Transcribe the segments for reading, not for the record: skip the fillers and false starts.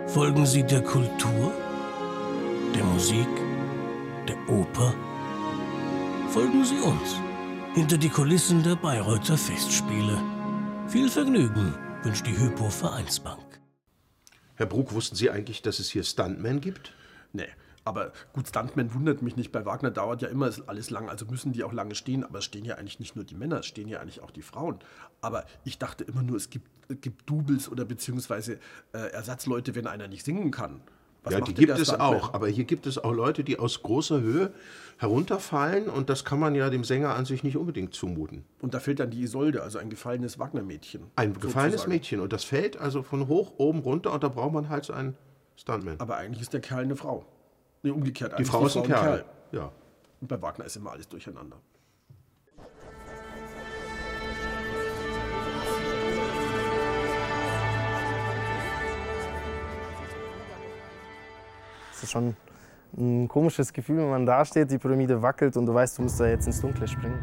Folgen Sie der Kultur, der Musik, der Oper? Folgen Sie uns hinter die Kulissen der Bayreuther Festspiele. Viel Vergnügen wünscht die Hypo Vereinsbank. Herr Brug, wussten Sie eigentlich, dass es hier Stuntmen gibt? Nee, aber gut, Stuntman wundert mich nicht. Bei Wagner dauert ja immer alles lang, also müssen die auch lange stehen. Aber es stehen ja eigentlich nicht nur die Männer, es stehen ja eigentlich auch die Frauen. Aber ich dachte immer nur, es gibt Doubles oder beziehungsweise Ersatzleute, wenn einer nicht singen kann. Ja, die gibt es auch, aber hier gibt es auch Leute, die aus großer Höhe herunterfallen und das kann man ja dem Sänger an sich nicht unbedingt zumuten. Und da fällt dann die Isolde, also ein gefallenes Wagner-Mädchen. Ein gefallenes Mädchen und das fällt also von hoch oben runter und da braucht man halt so einen Stuntman. Aber eigentlich ist der Kerl eine Frau. Nee, umgekehrt. Die Frau ist ein Kerl. Ja. Und bei Wagner ist immer alles durcheinander. Es ist schon ein komisches Gefühl, wenn man da steht, die Pyramide wackelt und du weißt, du musst da jetzt ins Dunkle springen.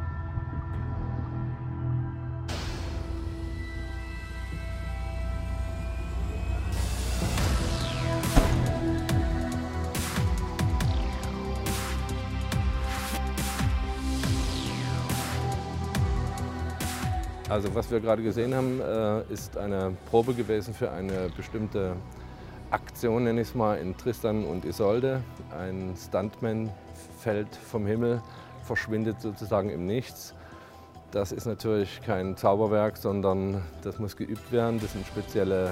Also was wir gerade gesehen haben, ist eine Probe gewesen für eine bestimmte Aktion, nenne ich es mal, in Tristan und Isolde. Ein Stuntman fällt vom Himmel, verschwindet sozusagen im Nichts. Das ist natürlich kein Zauberwerk, sondern das muss geübt werden. Das sind spezielle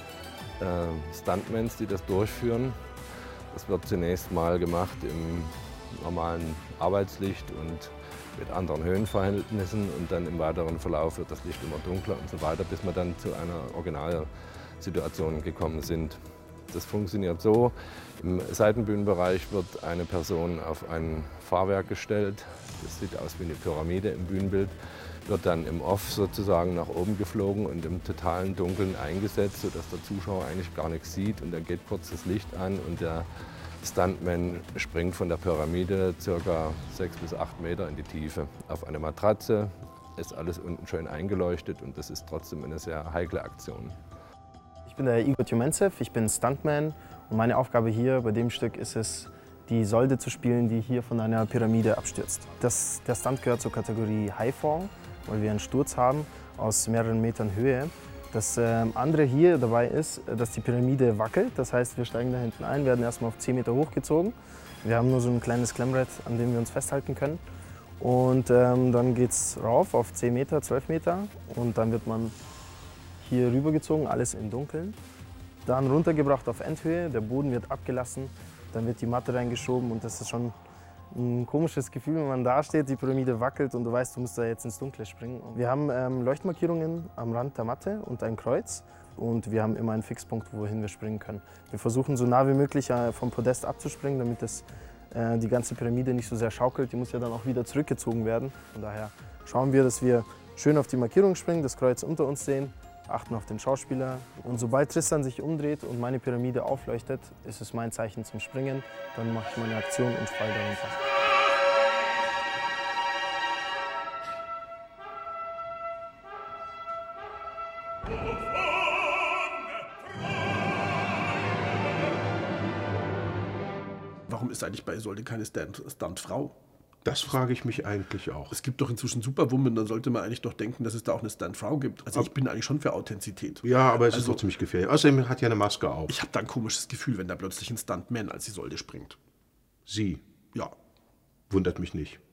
Stuntmans, die das durchführen. Das wird zunächst mal gemacht im normalen Arbeitslicht und mit anderen Höhenverhältnissen und dann im weiteren Verlauf wird das Licht immer dunkler und so weiter, bis wir dann zu einer Originalsituation gekommen sind. Das funktioniert so: im Seitenbühnenbereich wird eine Person auf ein Fahrwerk gestellt, das sieht aus wie eine Pyramide im Bühnenbild, wird dann im Off sozusagen nach oben geflogen und im totalen Dunkeln eingesetzt, sodass der Zuschauer eigentlich gar nichts sieht und dann geht kurz das Licht an und der Stuntman springt von der Pyramide ca. 6 bis 8 Meter in die Tiefe auf eine Matratze, ist alles unten schön eingeleuchtet und das ist trotzdem eine sehr heikle Aktion. Ich bin der Igor Tjumentsev, ich bin Stuntman und meine Aufgabe hier bei dem Stück ist es, die Isolde zu spielen, die hier von einer Pyramide abstürzt. Der Stunt gehört zur Kategorie Highfall, weil wir einen Sturz haben aus mehreren Metern Höhe. Das andere hier dabei ist, dass die Pyramide wackelt. Das heißt, wir steigen da hinten ein, werden erstmal auf 10 Meter hochgezogen. Wir haben nur so ein kleines Klemmbrett, an dem wir uns festhalten können. Und dann geht es rauf auf 10 Meter, 12 Meter. Und dann wird man hier rübergezogen, alles im Dunkeln. Dann runtergebracht auf Endhöhe, der Boden wird abgelassen. Dann wird die Matte reingeschoben und das ist schon ein komisches Gefühl, wenn man da steht, die Pyramide wackelt und du weißt, du musst da jetzt ins Dunkle springen. Wir haben Leuchtmarkierungen am Rand der Matte und ein Kreuz und wir haben immer einen Fixpunkt, wohin wir springen können. Wir versuchen so nah wie möglich vom Podest abzuspringen, damit die ganze Pyramide nicht so sehr schaukelt. Die muss ja dann auch wieder zurückgezogen werden. Von daher schauen wir, dass wir schön auf die Markierung springen, das Kreuz unter uns sehen, achten auf den Schauspieler. Und sobald Tristan sich umdreht und meine Pyramide aufleuchtet, ist es mein Zeichen zum Springen. Dann mache ich meine Aktion und falle darunter. Warum ist eigentlich bei Isolde keine Stuntfrau? Das frage ich mich eigentlich auch. Es gibt doch inzwischen Superwoman, dann sollte man eigentlich doch denken, dass es da auch eine Stuntfrau gibt. Also ich bin eigentlich schon für Authentizität. Ja, aber es ist doch ziemlich gefährlich. Außerdem hat ja eine Maske auf. Ich habe da ein komisches Gefühl, wenn da plötzlich ein Stuntman als Isolde springt. Sie? Ja. Wundert mich nicht.